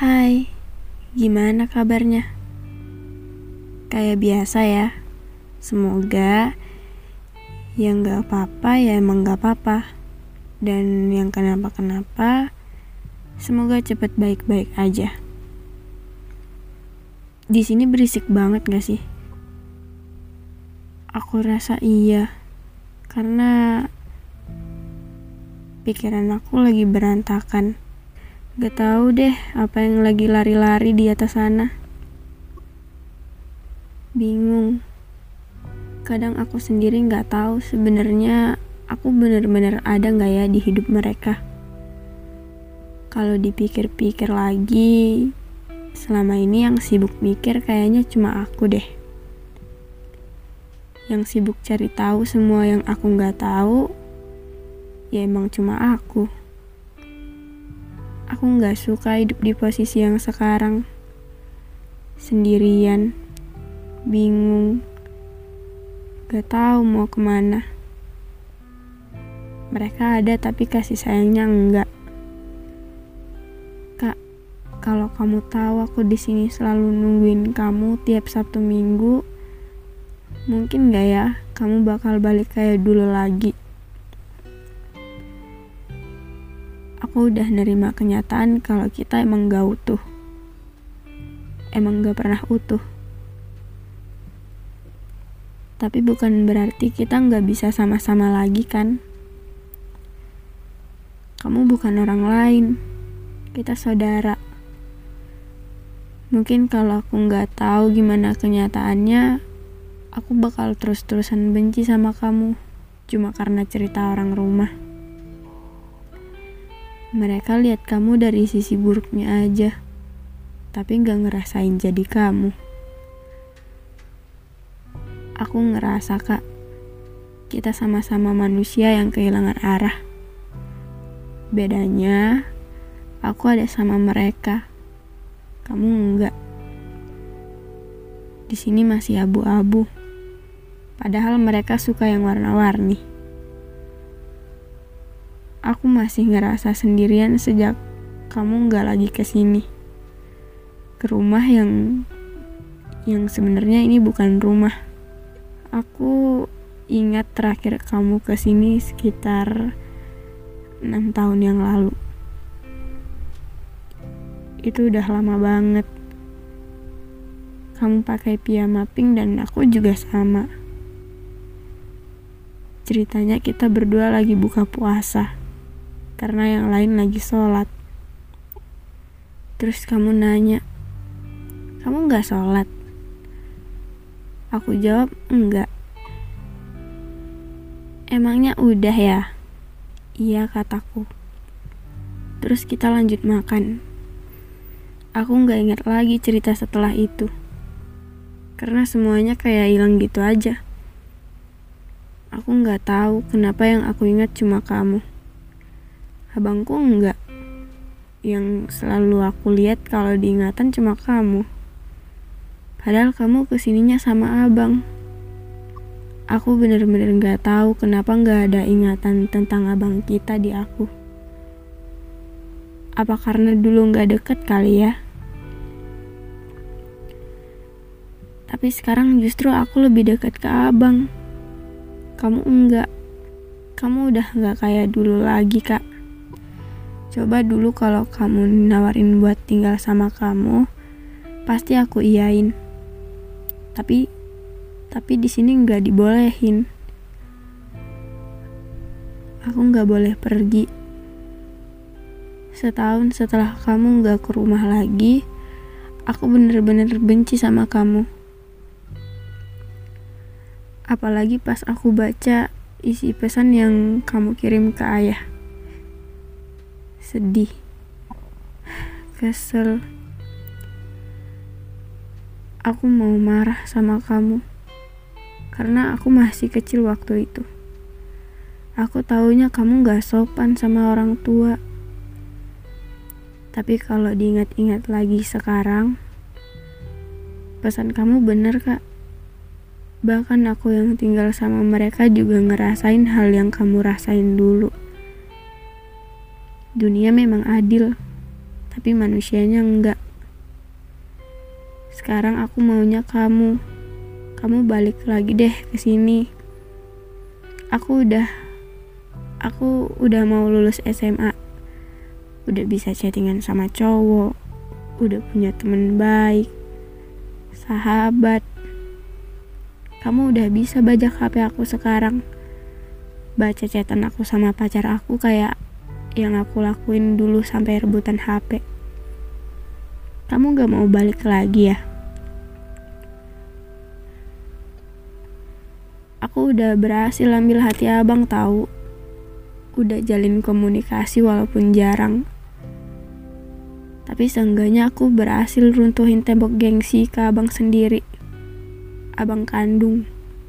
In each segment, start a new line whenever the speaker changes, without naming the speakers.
Hai, gimana kabarnya? Kayak biasa ya. Semoga yang gak apa-apa ya emang gak apa-apa. Dan yang kenapa-kenapa, semoga cepet baik-baik aja. Di sini berisik banget gak sih? Aku rasa iya, karena pikiran aku lagi berantakan. Gak tahu deh apa yang lagi lari-lari di atas sana. Bingung. Kadang aku sendiri gak tahu sebenarnya aku benar-benar ada gak ya di hidup mereka. Kalau dipikir-pikir lagi, selama ini yang sibuk mikir kayaknya cuma aku deh. Yang sibuk cari tahu semua yang aku gak tahu, ya emang cuma aku. Aku gak suka hidup di posisi yang sekarang. Sendirian, bingung, gak tahu mau kemana. Mereka ada tapi kasih sayangnya enggak. Kak, kalau kamu tahu aku di sini selalu nungguin kamu tiap Sabtu Minggu, mungkin gak ya kamu bakal balik kayak dulu lagi? Aku udah nerima kenyataan kalau kita emang gak utuh. Emang gak pernah utuh. Tapi bukan berarti kita gak bisa sama-sama lagi kan? Kamu bukan orang lain. Kita saudara. Mungkin kalau aku gak tahu gimana kenyataannya, aku bakal terus-terusan benci sama kamu. Cuma karena cerita orang rumah. Mereka lihat kamu dari sisi buruknya aja, tapi gak ngerasain jadi kamu. Aku ngerasa kak, kita sama-sama manusia yang kehilangan arah. Bedanya, aku ada sama mereka, kamu enggak. Di sini masih abu-abu, padahal mereka suka yang warna-warni. Aku masih ngerasa sendirian sejak kamu gak lagi kesini. Ke rumah yang sebenarnya ini bukan rumah. Aku ingat terakhir kamu kesini sekitar 6 tahun yang lalu. Itu udah lama banget. Kamu pakai piyama pink dan aku juga sama. Ceritanya kita berdua lagi buka puasa, karena yang lain lagi sholat. Terus kamu nanya, kamu gak sholat? Aku jawab, enggak. Emangnya udah ya? Iya kataku. Terus kita lanjut makan. Aku gak ingat lagi cerita setelah itu, karena semuanya kayak hilang gitu aja. Aku gak tahu kenapa yang aku ingat cuma kamu. Abangku enggak. Yang selalu aku lihat kalau diingatan cuma kamu. Padahal kamu kesininya sama abang. Aku bener-bener gak tahu kenapa gak ada ingatan tentang abang kita di aku. Apa karena dulu gak deket kali ya? Tapi sekarang justru aku lebih dekat ke abang. Kamu enggak. Kamu udah gak kayak dulu lagi kak. Coba dulu kalau kamu nawarin buat tinggal sama kamu, pasti aku iyain. Tapi di sini nggak dibolehin. Aku nggak boleh pergi. Setahun setelah kamu nggak ke rumah lagi, aku bener-bener benci sama kamu. Apalagi pas aku baca isi pesan yang kamu kirim ke ayah. Sedih, kesel. Aku mau marah sama kamu, karena aku masih kecil waktu itu. Aku taunya kamu gak sopan sama orang tua. Tapi kalau diingat-ingat lagi sekarang, pesan kamu bener kak. Bahkan aku yang tinggal sama mereka juga ngerasain hal yang kamu rasain dulu. Dunia memang adil. tapi manusianya enggak. Sekarang aku maunya kamu balik lagi deh ke sini. Aku udah mau lulus SMA, udah bisa chattingan sama cowok, udah punya temen baik, sahabat. Kamu udah bisa bajak HP aku sekarang, baca chatan aku sama pacar aku kayak yang aku lakuin dulu sampai rebutan HP. Kamu gak mau balik lagi ya? Aku udah berhasil ambil hati abang tahu. Udah jalin komunikasi walaupun jarang. Tapi seenggaknya aku berhasil runtuhin tembok gengsi ke abang sendiri. Abang kandung.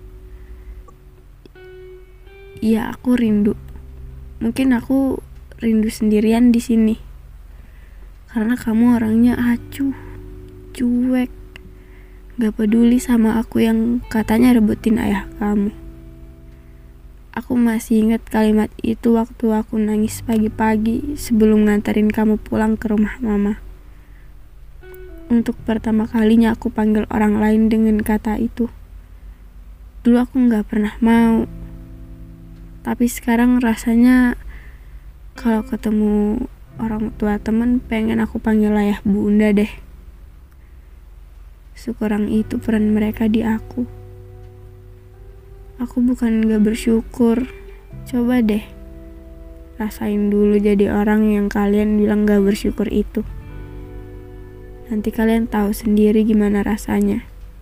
Iya, aku rindu. Mungkin aku rindu sendirian di sini. Karena kamu orangnya acuh, cuek, gak peduli sama aku yang katanya rebutin ayah kamu. Aku masih ingat kalimat itu waktu aku nangis pagi-pagi sebelum nganterin kamu pulang ke rumah mama. Untuk pertama kalinya aku panggil orang lain dengan kata itu. Dulu aku gak pernah mau. Tapi sekarang rasanya kalau ketemu orang tua temen pengen aku panggil ayah bunda deh. Sekurang itu peran mereka di aku. Aku bukan gak bersyukur. Coba deh rasain dulu jadi orang yang kalian bilang gak bersyukur itu. Nanti kalian tahu sendiri gimana rasanya.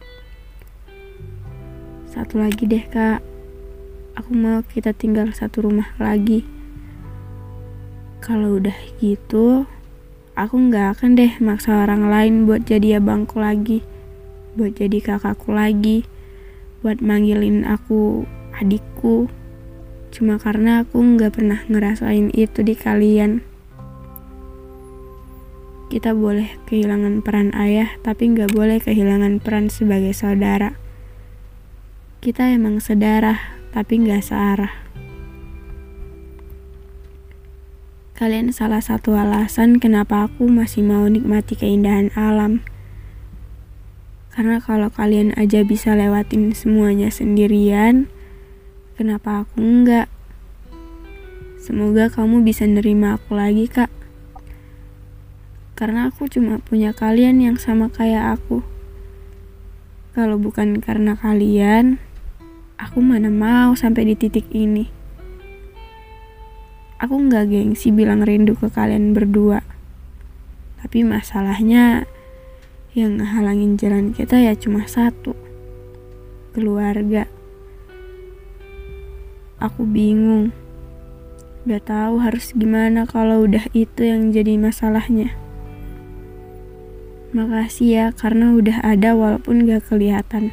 Satu lagi deh kak, aku mau kita tinggal satu rumah lagi. Kalau udah gitu, aku gak akan deh maksa orang lain buat jadi abangku lagi, buat jadi kakakku lagi, buat manggilin aku adikku. Cuma karena aku gak pernah ngerasain itu di kalian. Kita boleh kehilangan peran ayah, tapi gak boleh kehilangan peran sebagai saudara. Kita emang sedarah, tapi gak searah. Kalian salah satu alasan kenapa aku masih mau nikmati keindahan alam. Karena kalau kalian aja bisa lewatin semuanya sendirian, kenapa aku enggak? Semoga kamu bisa nerima aku lagi kak. Karena aku cuma punya kalian yang sama kayak aku. Kalau bukan karena kalian, aku mana mau sampai di titik ini. Aku gak gengsi bilang rindu ke kalian berdua. Tapi masalahnya yang ngehalangin jalan kita ya cuma satu. Keluarga. Aku bingung. Gak tahu harus gimana kalau udah itu yang jadi masalahnya. Makasih ya karena udah ada walaupun gak kelihatan.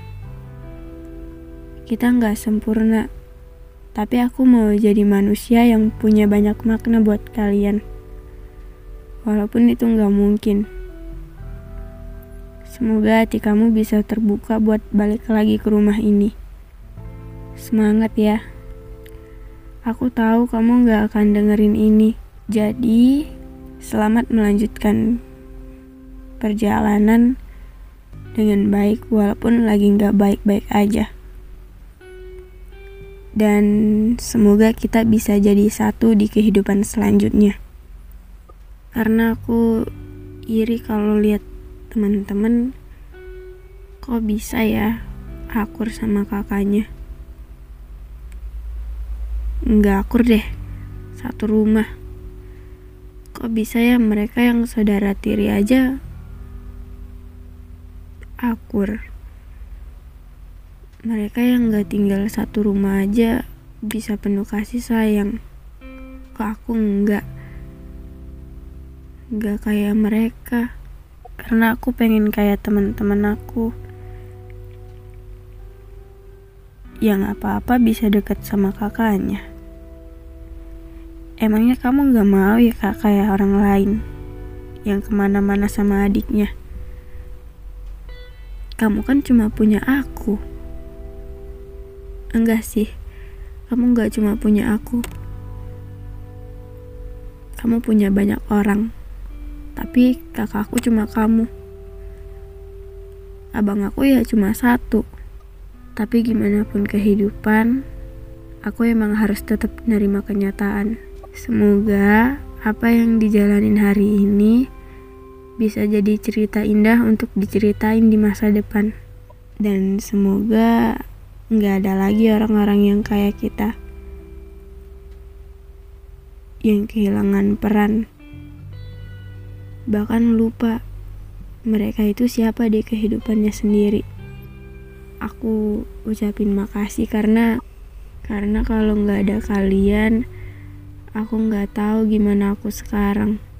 Kita gak sempurna. Tapi aku mau jadi manusia yang punya banyak makna buat kalian. Walaupun itu gak mungkin. Semoga hati kamu bisa terbuka buat balik lagi ke rumah ini. Semangat ya. Aku tahu kamu gak akan dengerin ini. Jadi, selamat melanjutkan perjalanan dengan baik walaupun lagi gak baik-baik aja. Dan semoga kita bisa jadi satu di kehidupan selanjutnya. Karena aku iri kalau lihat teman-teman kok bisa ya akur sama kakaknya. Nggak akur deh, satu rumah. Kok bisa ya mereka yang saudara tiri aja akur. Mereka yang gak tinggal satu rumah aja bisa penuh kasih sayang. Kok aku enggak kayak mereka. Karena aku pengen kayak teman-teman aku yang apa-apa bisa deket sama kakaknya. Emangnya kamu gak mau ya kak kayak orang lain yang kemana-mana sama adiknya? Kamu kan cuma punya aku. Enggak sih, kamu gak cuma punya aku. Kamu punya banyak orang. Tapi kakakku cuma kamu. Abang aku ya cuma satu. Tapi gimana pun kehidupan, aku emang harus tetap menerima kenyataan. Semoga apa yang dijalanin hari ini bisa jadi cerita indah untuk diceritain di masa depan. Dan semoga gak ada lagi orang-orang yang kayak kita, yang kehilangan peran, bahkan lupa mereka itu siapa di kehidupannya sendiri. Aku ucapin makasih karena kalau gak ada kalian, aku gak tahu gimana aku sekarang.